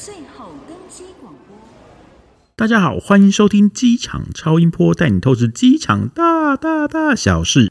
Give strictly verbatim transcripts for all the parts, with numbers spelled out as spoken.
最后登机广播。 大家好，欢迎收听机场超音波，带你透视机场大大大小事。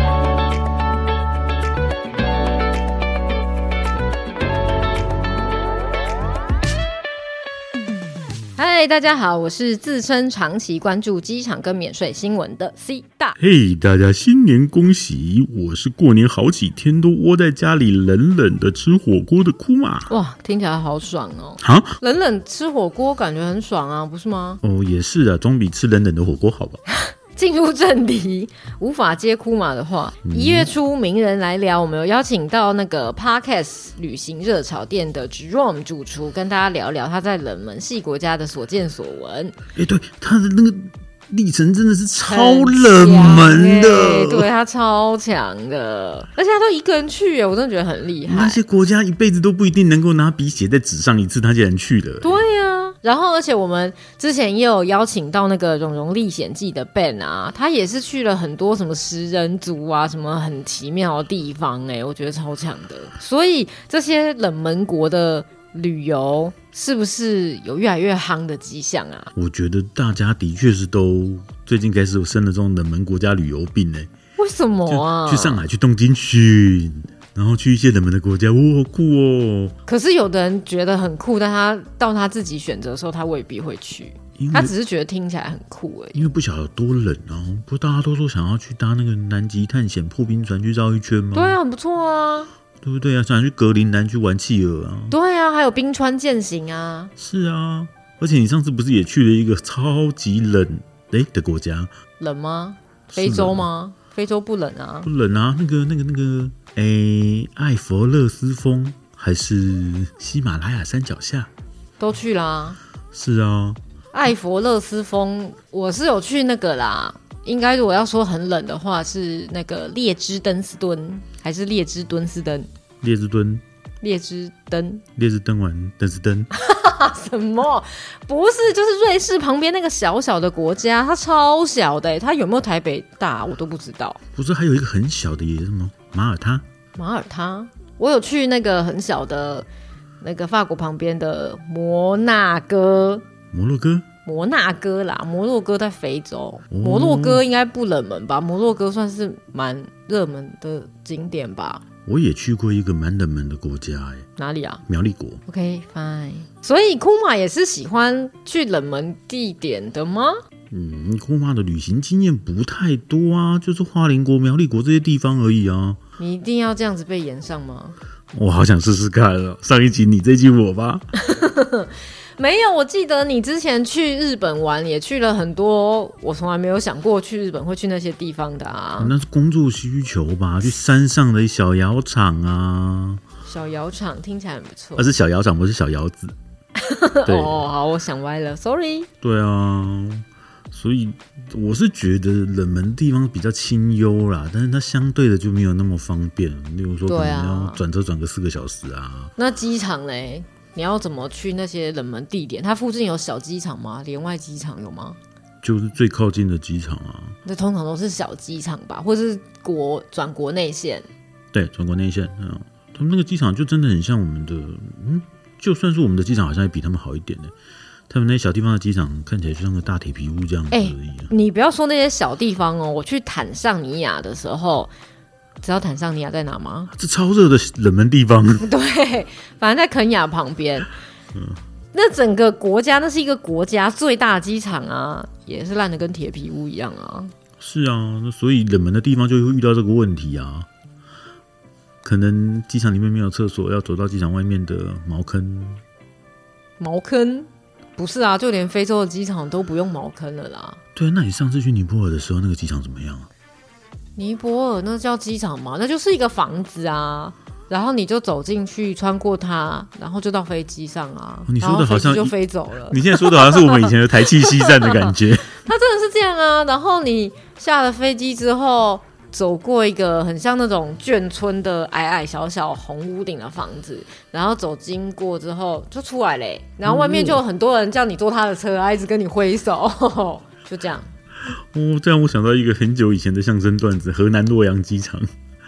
嗨，大家好，我是自称长期关注机场跟免税新闻的 C 大。 嘿、hey, 大家新年恭喜！我是过年好几天都窝在家里冷冷的吃火锅的库玛。 哇，听起来好爽哦！ 哈， 冷冷吃火锅感觉很爽啊，不是吗？ 哦，也是啊，总比吃冷冷的火锅好吧。 进入正题，无法接库玛的话，一、嗯、月初名人来聊，我们有邀请到那个 Podcast 旅行热炒店的 Jerome 主厨，跟大家聊聊他在冷门系国家的所见所闻。 哎、欸，对，他的那个历程真的是超冷门的， 欸、对他超强的，而且他都一个人去耶，我真的觉得很厉害。 那些国家一辈子都不一定能够拿笔写在纸上一次，他竟然去了。 对呀、啊。然后，而且我们之前也有邀请到那个《蓉蓉历险记》的 Ben 啊，他也是去了很多什么食人族啊，什么很奇妙的地方、欸，哎，我觉得超强的。所以这些冷门国的旅游是不是有越来越夯的迹象啊？ 我觉得大家的确是都最近开始生了这种冷门国家旅游病哎、欸。 为什么啊？ 去上海、去东京去。然后去一些冷门的国家，哇，好酷哦！ 可是有的人觉得很酷，但他到他自己选择的时候，他未必会去。他只是觉得听起来很酷而已。 因为不晓得有多冷啊！不是大家都说想要去搭那个南极探险破冰船去绕一圈吗？ 对啊，很不错啊，对不对啊？想去格陵兰去玩企鹅啊？ 对啊，还有冰川健行啊。 是啊，而且你上次不是也去了一个超级冷诶的国家？ 冷吗？非洲吗？非洲不冷啊？ 不冷啊，那个、那个、那个。诶，艾佛勒斯峰还是喜马拉雅山脚下都去啦。 是啊， 艾佛勒斯峰我是有去那个啦。应该如果要说很冷的话，是那个列支敦斯敦还是列支敦斯登？ 列支敦， 列支登， 列支登完登斯登。 什么？不是，就是瑞士旁边那个小小的国家，它超小的，它有没有台北大我都不知道。 不是，还有一个很小的也是什么马耳他？ 马耳他，我有去那个很小的，那个法国旁边的摩纳哥。 摩洛哥？ 摩纳哥啦，摩洛哥在非洲。哦、摩洛哥应该不冷门吧？摩洛哥算是蛮热门的景点吧。 我也去过一个蛮冷门的国家、欸， 哪里啊？ 苗栗国。 OK fine。所以库玛也是喜欢去冷门地点的吗？ 嗯，库玛的旅行经验不太多啊，就是花莲国、苗栗国这些地方而已啊。 你一定要这样子被延上吗？ 我好想试试看了。上一集你，这一集我吧。 没有，我记得你之前去日本玩也去了很多，我从来没有想过去日本会去那些地方的啊。 那是工作需求吧，去山上的小窑厂啊。 小窑厂听起来很不错。 而、啊、是小窑厂，不是小窑子。 哦，好，我想歪了 ，sorry。对啊，所以我是觉得冷门地方比较清幽啦，但是它相对的就没有那么方便。例如说，可能要转车转个四个小时啊。 那机场嘞？你要怎么去那些冷门地点？它附近有小机场吗？连外机场有吗？ 就是最靠近的机场啊。 那通常都是小机场吧，或是国转国内线。 对，转国内线。嗯，他们那个机场就真的很像我们的，嗯，就算是我们的机场，好像也比他们好一点呢。他们那些小地方的机场看起来就像个大铁皮屋这样子而已、啊欸。 你不要说那些小地方哦，我去坦桑尼亚的时候。知道坦桑尼亚在哪吗？ 这超热的冷门地方。 对，反正在肯亚旁边、嗯。那整个国家，那是一个国家最大的机场啊，也是烂得跟铁皮屋一样啊。 是啊，所以冷门的地方就会遇到这个问题啊。可能机场里面没有厕所，要走到机场外面的茅坑。 茅坑？不是啊，就连非洲的机场都不用茅坑了啦。 对，那你上次去尼泊尔的时候，那个机场怎么样啊？ 尼泊尔那叫机场吗？那就是一个房子啊，然后你就走进去，穿过它，然后就到飞机上啊。 哦、你说的好像就飞走了。 你现在说的好像是我们以前的台气西站的感觉。 它真的是这样啊。然后你下了飞机之后，走过一个很像那种眷村的矮矮小小红屋顶的房子，然后走经过之后就出来嘞。然后外面就有很多人叫你坐他的车啊，一直跟你挥手，就这样。 哦，这样我想到一个很久以前的相声段子，河南洛阳机场。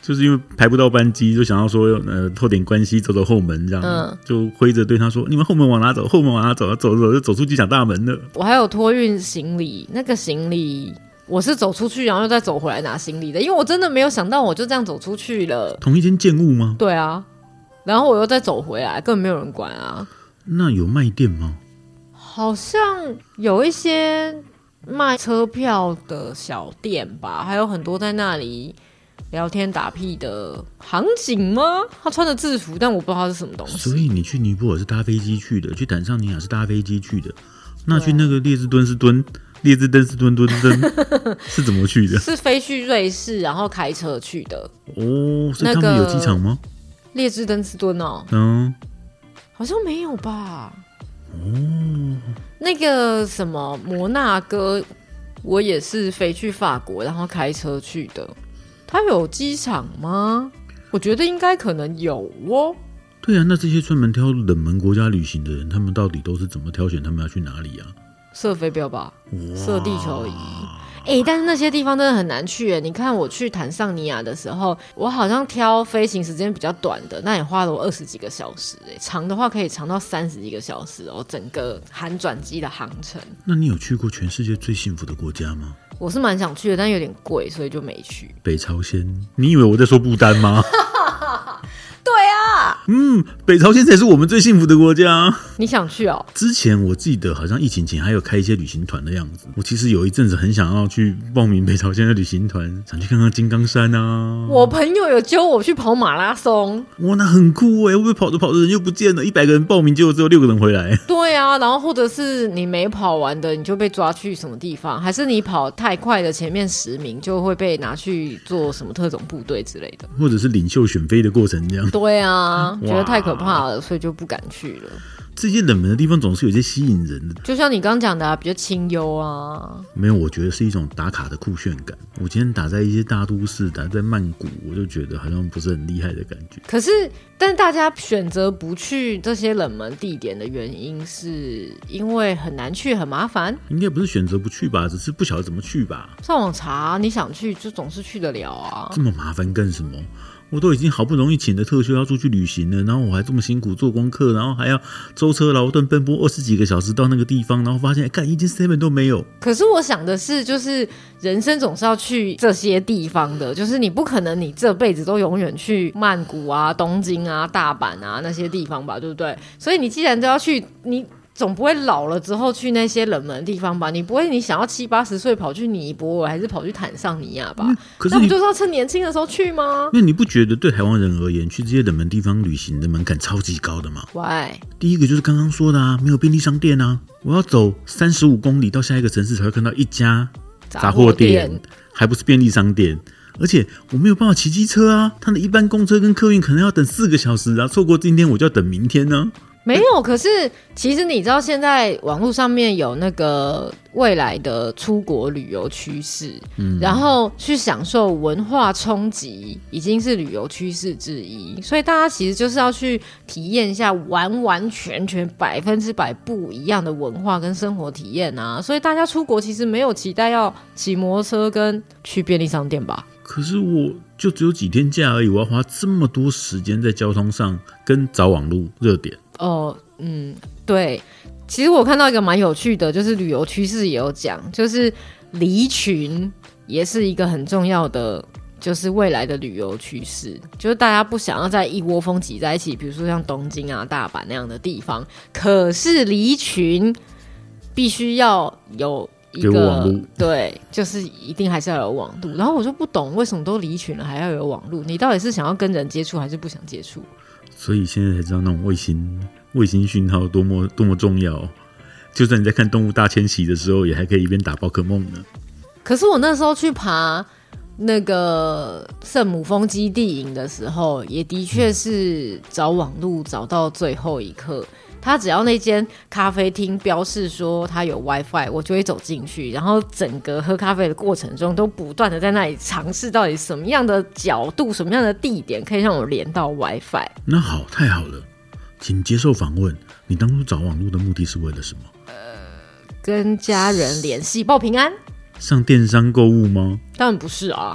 就是因为排不到班机，就想要说呃托点关系走走后门这样，嗯、就挥着对他说：“你们后门往哪走？后门往哪走？走走就走出机场大门了。” 我还有托运行李，那个行李我是走出去，然后又再走回来拿行李的，因为我真的没有想到我就这样走出去了。 同一间建物吗？ 对啊，然后我又再走回来，根本没有人管啊。 那有卖店吗？ 好像有一些卖车票的小店吧，还有很多在那里聊天打屁的航警吗？他穿着制服，但我不知道他是什么东西。 所以你去尼泊尔是搭飞机去的，去坦桑尼亚是搭飞机去的，那去那个列支敦士敦，列支敦士敦敦敦是怎么去的？ 是飞去瑞士，然后开车去的。 哦，所以他们有机场吗？ 列支敦士敦哦， 嗯， 好像没有吧。 哦， 那个什么摩纳哥，我也是飞去法国，然后开车去的。它有机场吗？我觉得应该可能有哦。 对啊，那这些专门挑冷门国家旅行的人，他们到底都是怎么挑选他们要去哪里啊？ 射飞镖吧，射地球仪。哎、欸，但是那些地方真的很难去耶。你看我去坦桑尼亚的时候，我好像挑飞行时间比较短的，那也花了我二十几个小时，哎，长的话可以长到三十几个小时哦，整个含转机的航程。 那你有去过全世界最幸福的国家吗？ 我是蛮想去的，但有点贵，所以就没去。 北朝鲜，你以为我在说不丹吗？ 对啊， 嗯，北朝鲜才是我们最幸福的国家。 你想去哦？ 之前我记得好像疫情前还有开一些旅行团的样子。我其实有一阵子很想要去报名北朝鲜的旅行团，想去看看金刚山啊。 我朋友有揪我去跑马拉松， 哇，那很酷哎！会不会跑着跑着人又不见了？一百个人报名，结果只有六个人回来。 对啊，然后或者是你没跑完的，你就被抓去什么地方，还是你跑太快的前面十名就会被拿去做什么特种部队之类的， 或者是领袖选妃的过程这样。 对啊，觉得太可怕了，所以就不敢去了。 这些冷门的地方总是有一些吸引人的， 就像你刚刚讲的、啊，比较清幽啊。 没有，我觉得是一种打卡的酷炫感。我今天打在一些大都市，打在曼谷，我就觉得好像不是很厉害的感觉。 可是，但大家选择不去这些冷门地点的原因，是因为很难去，很麻烦。 应该不是选择不去吧，只是不晓得怎么去吧。 上网查，你想去就总是去得了啊。 这么麻烦干什么？我都已经好不容易请的特休要出去旅行了，然后我还这么辛苦做功课，然后还要舟车劳顿奔波二十几个小时到那个地方，然后发现干一间 seven 都没有。 可是我想的是，就是人生总是要去这些地方的，就是你不可能你这辈子都永远去曼谷啊、东京啊、大阪啊那些地方吧，对不对？所以你既然都要去，你总不会老了之后去那些冷门的地方吧？你不会你想要七八十岁跑去尼泊尔，还是跑去坦桑尼亚吧？嗯、可是那不就是要趁年轻的时候去吗？ 那你不觉得对台湾人而言，去这些冷门地方旅行的门槛超级高的吗？ Why？ 第一个就是刚刚说的啊，没有便利商店啊，我要走三十五公里到下一个城市才会看到一家杂货店，还不是便利商店。而且我没有办法骑机车啊，他的一般公车跟客运可能要等四个小时啊，错过今天我就要等明天呢、啊。 没有，可是其实你知道现在网络上面有那个未来的出国旅游趋势、嗯、然后去享受文化冲击已经是旅游趋势之一，所以大家其实就是要去体验一下完完全全百分之百不一样的文化跟生活体验啊，所以大家出国其实没有期待要骑摩托车跟去便利商店吧。 可是我就只有几天假而已，我要花这么多时间在交通上跟找网路热点。 哦，嗯，对，其实我看到一个蛮有趣的，就是旅游趋势也有讲，就是离群也是一个很重要的，就是未来的旅游趋势，就是大家不想要在一窝蜂挤在一起，比如说像东京啊、大阪那样的地方，可是离群必须要有一个网路， 对，就是一定还是要有网路。然后我就不懂为什么都离群了还要有网路，你到底是想要跟人接触还是不想接触？ 所以现在才知道那种卫星卫星讯号多么多么重要，就算你在看动物大迁徙的时候，也还可以一边打宝可梦呢。 可是我那时候去爬那个圣母峰基地营的时候，也的确是找网路找到最后一刻。他只要那间咖啡厅标示说他有 WiFi， 我就会走进去，然后整个喝咖啡的过程中都不断的在那里尝试到底什么样的角度、什么样的地点可以让我连到 WiFi。 那好，太好了，请接受访问。你当初找网路的目的是为了什么？ 呃，跟家人联系，报平安。 上电商购物吗？ 当然不是啊。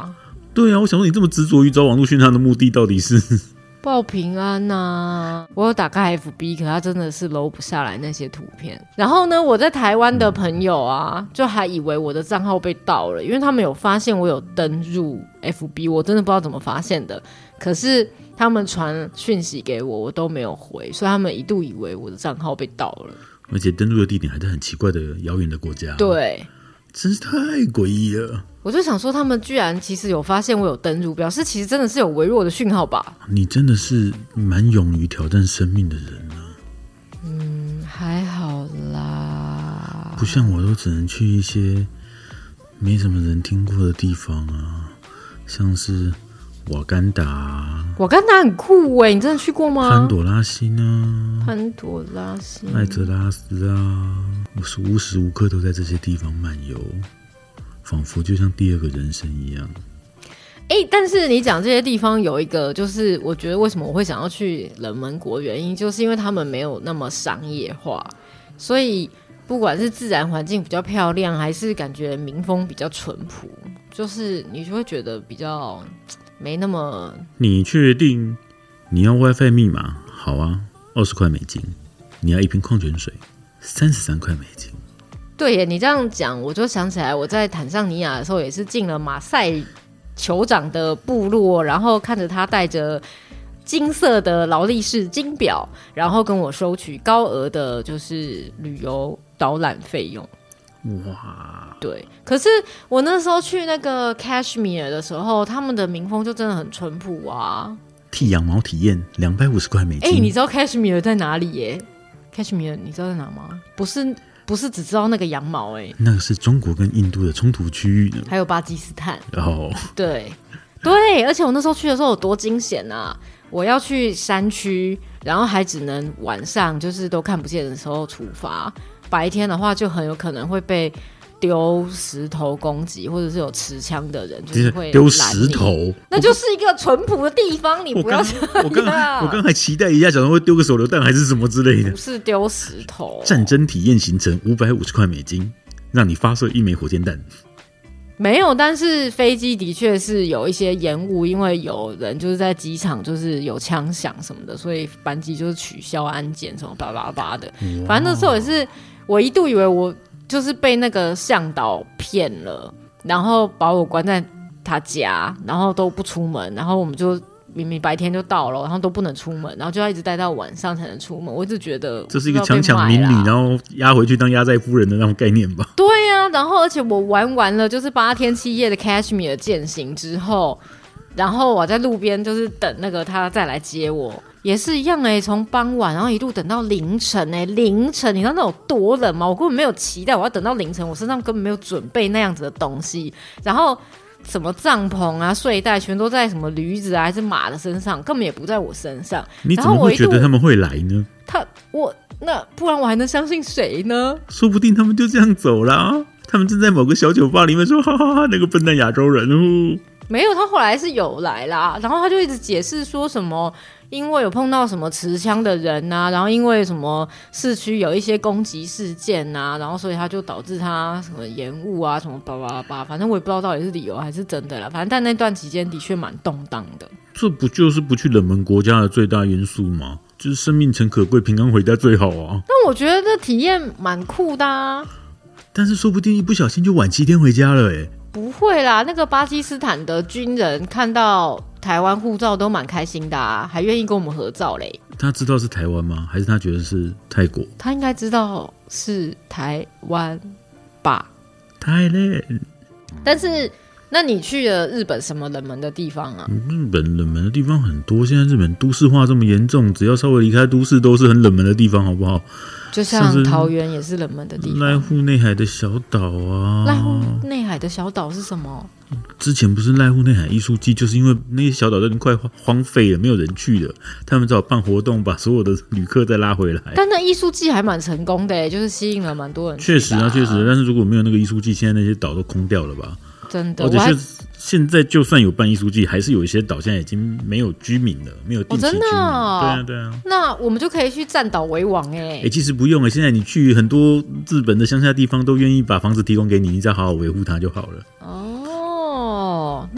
对啊，我想说你这么执着于找网络讯号的目的到底是报平安呐、啊！我有打开 F B， 可他真的是搂不下来那些图片。然后呢，我在台湾的朋友啊，就还以为我的账号被盗了，因为他们有发现我有登入 F B， 我真的不知道怎么发现的。可是他们传讯息给我，我都没有回，所以他们一度以为我的账号被盗了。 而且登入的地点还在很奇怪的遥远的国家， 对， 真是太诡异了。 我就想说，他们居然其实有发现我有登入，表示其实真的是有微弱的讯号吧？ 你真的是蛮勇于挑战生命的人啊。 嗯，还好啦。 不像我都只能去一些没什么人听过的地方啊，像是瓦干达、啊。 瓦干达很酷哎、欸，你真的去过吗？ 潘朵拉星啊， 潘朵拉星、 麦哲拉斯啊，我是无时无刻都在这些地方漫游。仿佛就像第二个人生一样。 哎、欸，但是你讲这些地方有一个，就是我觉得为什么我会想要去冷门国，原因就是因为他们没有那么商业化，所以不管是自然环境比较漂亮，还是感觉民风比较淳朴，就是你就会觉得比较没那么。 你确定你要 WiFi 密码？好啊，二十块美金。你要一瓶矿泉水，三十三块美金。 对耶，你这样讲，我就想起来，我在坦桑尼亚的时候也是进了马赛酋长的部落，然后看着他带着金色的劳力士金表，然后跟我收取高额的，就是旅游导览费用。 哇， 对。可是我那时候去那个 Kashmir 的时候，他们的民风就真的很淳朴啊。 剃羊毛体验两百五十块美金。 哎、欸，你知道 Kashmir 在哪里耶 ？Kashmir 你知道在哪吗？不是。不是只知道那个羊毛哎、欸， 那个是中国跟印度的冲突区域呢， 还有巴基斯坦。 哦， 对对，而且我那时候去的时候有多惊险啊！我要去山区，然后还只能晚上就是都看不见的时候出发，白天的话就很有可能会被丢石头攻击，或者是有持枪的人就是会丢石头， 那就是一个淳朴的地方，你不要这样。 我刚我刚还期待一下，想说会丢个手榴弹还是什么之类的。 不是丢石头。 战争体验行程五百五十块美金，让你发射一枚火箭弹。 没有，但是飞机的确是有一些延误，因为有人就是在机场就是有枪响什么的，所以班机就是取消安检什么巴拉巴拉的。反正那时候也是，我一度以为我就是被那个向导骗了，然后把我关在他家，然后都不出门，然后我们就明明白天就到了，然后都不能出门，然后就要一直待到晚上才能出门。我一直觉得这是一个强抢民女，然后押回去当压寨夫人的那种概念吧。 对啊，然后而且我玩完了就是八天七夜的 Kashmir 践行之后，然后我在路边就是等那个他再来接我。也是一样哎、欸，从傍晚然后一路等到凌晨哎、欸，凌晨你知道那有多冷吗？我根本没有期待我要等到凌晨，我身上根本没有准备那样子的东西，然后什么帐篷啊、睡袋全都在什么驴子啊还是马的身上，根本也不在我身上。 你怎么会觉得他们会来呢？ 他我那不然我还能相信谁呢？ 说不定他们就这样走了，他们正在某个小酒吧里面说哈哈哈，那个笨蛋亚洲人哦。 没有，他后来是有来啦，然后他就一直解释说什么因为有碰到什么持枪的人啊，然后因为什么市区有一些攻击事件啊，然后所以他就导致他什么延误啊什么叭叭叭，反正我也不知道到底是理由还是真的啦，反正但那段期间的确蛮动荡的。 这不就是不去冷门国家的最大因素吗？就是生命诚可贵，平安回家最好啊。 但我觉得这体验蛮酷的啊。 但是说不定一不小心就晚七天回家了欸。 不会啦，那个巴基斯坦的军人看到台湾护照都蛮开心的啊，还愿意跟我们合照嘞。 他知道是台湾吗？还是他觉得是泰国？ 他应该知道是台湾吧。 Thailand。 但是那你去了日本什么冷门的地方啊？ 日本冷门的地方很多，现在日本都市化这么严重，只要稍微离开都市都是很冷门的地方，好不好？ 就像桃园也是冷门的地方， 濑户内海的小岛啊。 濑户内海的小岛是什么？ 之前不是濑户内海艺术季，就是因为那些小岛都已经快荒废了，没有人去了，他们只好办活动，把所有的旅客再拉回来。 但那艺术季还蛮成功的耶，就是吸引了蛮多人去的啊。 确实啊，确实。但是如果没有那个艺术季，现在那些岛都空掉了吧？ 真的。 而且现在就算有办艺术季，还是有一些岛现在已经没有居民了，没有定期居民。哦，真的哦？对啊，对啊。 那我们就可以去占岛为王哎。 哎、欸，其实不用哎，现在你去很多日本的乡下地方都愿意把房子提供给你，你只要好好维护它就好了。 哦，那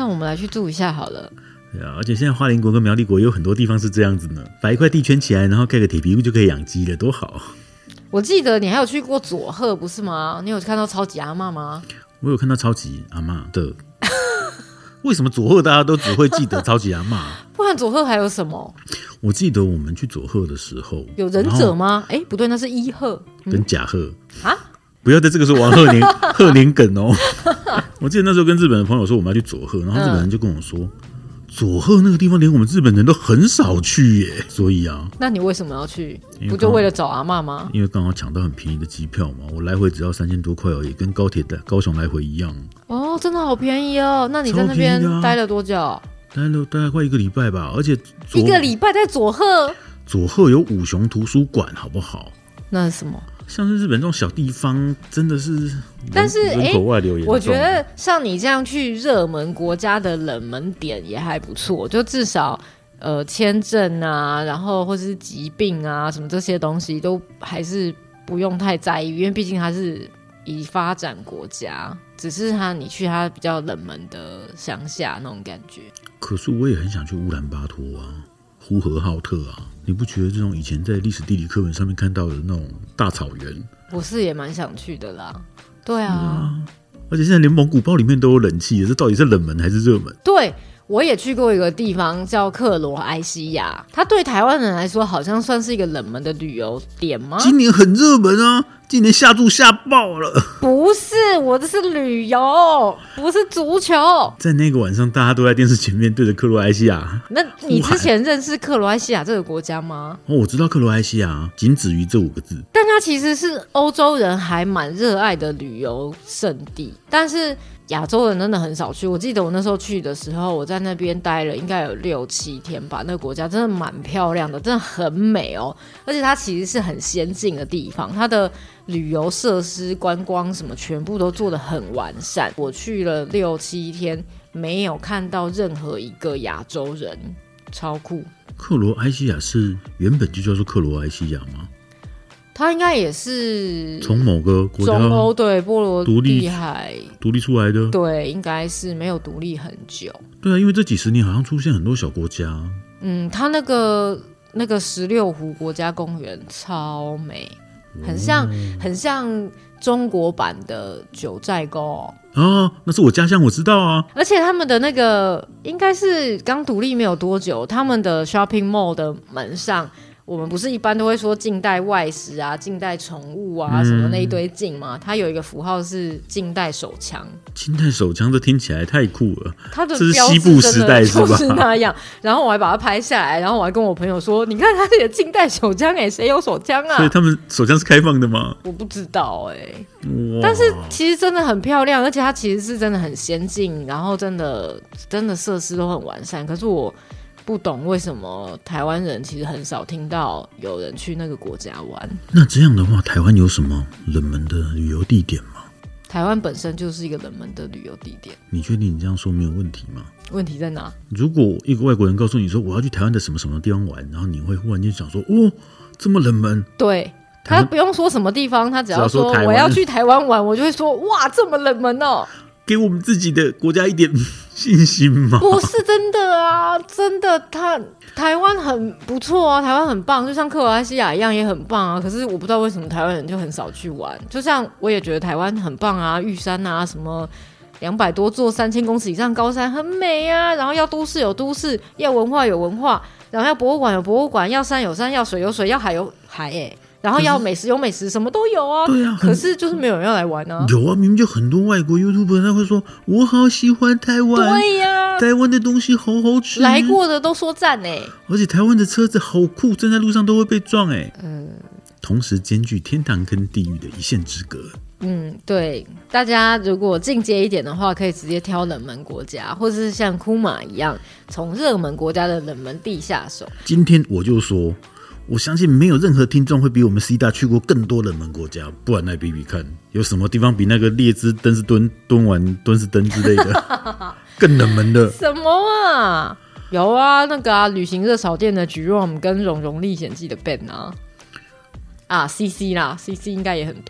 我们来去住一下好了。 对啊，而且现在花莲国跟苗栗国也有很多地方是这样子呢，把一块地圈起来，然后盖个铁皮屋就可以养鸡了，多好。 我记得你还有去过佐贺不是吗？你有看到超级阿嬷吗？ 我有看到超级阿嬷的。为什么佐贺大家都只会记得超级阿嬷？ 不然佐贺还有什么？ 我记得我们去佐贺的时候， 有忍者吗？哎，不对，那是伊贺跟甲贺啊！ 不要在这个时候玩贺年贺年梗哦。我记得那时候跟日本的朋友说我们要去佐贺，然后日本人就跟我说。嗯佐贺那个地方连我们日本人都很少去耶，所以啊， 那你为什么要去？不就为了找阿嬷吗？ 因为刚好抢到很便宜的机票嘛，我来回只要三千多块而已，跟高铁的高雄来回一样。 哦，真的好便宜哦！那你在那边待了多久？ 啊、待了大概快一个礼拜吧，而且一个礼拜在佐贺。 佐贺有五熊图书馆，好不好？ 那是什么？ 像是日本这种小地方，真的是， 但是人口外流也， 我觉得像你这样去热门国家的冷门点也还不错，就至少呃签证啊，然后或是疾病啊什么这些东西都还是不用太在意，因为毕竟它是已发展国家，只是它你去它比较冷门的乡下那种感觉。 可是我也很想去乌兰巴托啊，呼和浩特啊。你不觉得这种以前在历史地理课本上面看到的那种大草原， 我是也蛮想去的啦。对啊， 啊而且现在连蒙古包里面都有冷气，这到底是冷门还是热门？ 对，我也去过一个地方叫克罗埃西亚，它对台湾人来说好像算是一个冷门的旅游点吗？ 今年很热门啊，今年下注下爆了。 不是，我这是旅游，不是足球。 在那个晚上，大家都在电视前面对着克罗埃西亚。 那你之前认识克罗埃西亚这个国家吗？ 哦，我知道克罗埃西亚，仅止于这五个字。 但它其实是欧洲人还蛮热爱的旅游胜地，但是亚洲人真的很少去。我记得我那时候去的时候，我在那边待了应该有六七天吧。那个国家真的蛮漂亮的，真的很美哦。而且它其实是很先进的地方，它的旅游设施、观光什么全部都做得很完善。我去了六七天，没有看到任何一个亚洲人，超酷。 克罗埃西亚是原本就叫做克罗埃西亚吗？ 它应该也是从某个国家中欧对波罗的海独立出来的， 对，应该是没有独立很久。 对啊，因为这几十年好像出现很多小国家。 嗯，它那个那个十六湖国家公园超美，很像、哦、很像中国版的九寨沟哦，那是我家乡，我知道啊。 而且他们的那个应该是刚独立没有多久，他们的 shopping mall 的门上。我们不是一般都会说近代外食啊、近代宠物啊、嗯、什么那一堆近吗？它有一个符号是近代手枪。 近代手枪这听起来太酷了， 它的这是西部时代是吧？ 就是那样。然后我还把它拍下来，然后我还跟我朋友说：“你看它这个近代手枪，哎，谁有手枪啊？” 所以他们手枪是开放的吗？ 我不知道哎、欸，但是其实真的很漂亮，而且它其实是真的很先进，然后真的真的设施都很完善。可是我。不懂为什么台湾人其实很少听到有人去那个国家玩。 那这样的话，台湾有什么冷门的旅游地点吗？ 台湾本身就是一个冷门的旅游地点。 你确定你这样说没有问题吗？ 问题在哪？ 如果一个外国人告诉你说我要去台湾的什么什么地方玩，然后你会忽然间想说哦，这么冷门？ 对，他不用说什么地方，他只要说我要去台湾玩，我就会说哇，这么冷门哦。 给我们自己的国家一点信心吗？ 不是真的啊，真的，他台湾很不错啊，台湾很棒，就像克罗埃西亚一样也很棒啊。可是我不知道为什么台湾人就很少去玩。就像我也觉得台湾很棒啊，玉山啊，什么两百多座三千公尺以上高山很美啊。然后要都市有都市，要文化有文化，然后要博物馆有博物馆，要山有山，要水有水，要海有海、欸。然后要美食有美食，什么都有啊。 对啊， 可是就是没有人要来玩啊。 有啊，明明就很多外国 YouTuber 他会说，我好喜欢台湾。 对呀、啊， 台湾的东西好好吃， 来过的都说赞哎。 而且台湾的车子好酷，站在路上都会被撞哎。嗯，同时兼具天堂跟地狱的一线之隔。 嗯，对，大家如果进阶一点的话，可以直接挑冷门国家，或者是像库马一样，从热门国家的冷门地下手。 今天我就说。我相信没有任何听众会比我们 C 大去过更多冷门国家，不然来比比看，有什么地方比那个列支敦士敦敦完敦士登之类的更冷门的？ 什么啊？有啊，那个啊，旅行热炒店的 Jerome 跟《荣荣历险记》的 Ben 啊，啊 C C 啦 ，C C 应该也很多。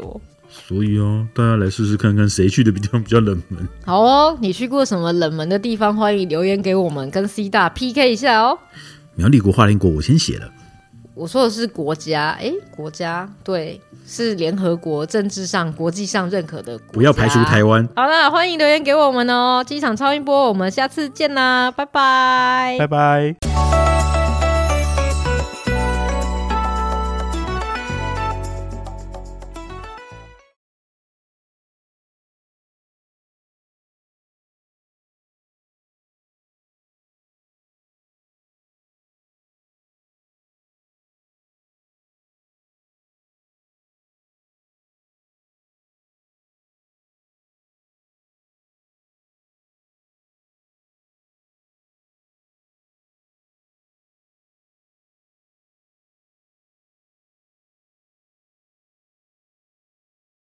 所以哦，大家来试试看看谁去的地方比较冷门。 好哦，你去过什么冷门的地方？欢迎留言给我们，跟 C 大 P K 一下哦。 苗栗国、花莲国我先写了。 我说的是国家，哎，国家对，是联合国政治上、国际上认可的国家， 不要排除台湾。 好啦，欢迎留言给我们哦。机场超音波，我们下次见啦，拜拜， 拜拜。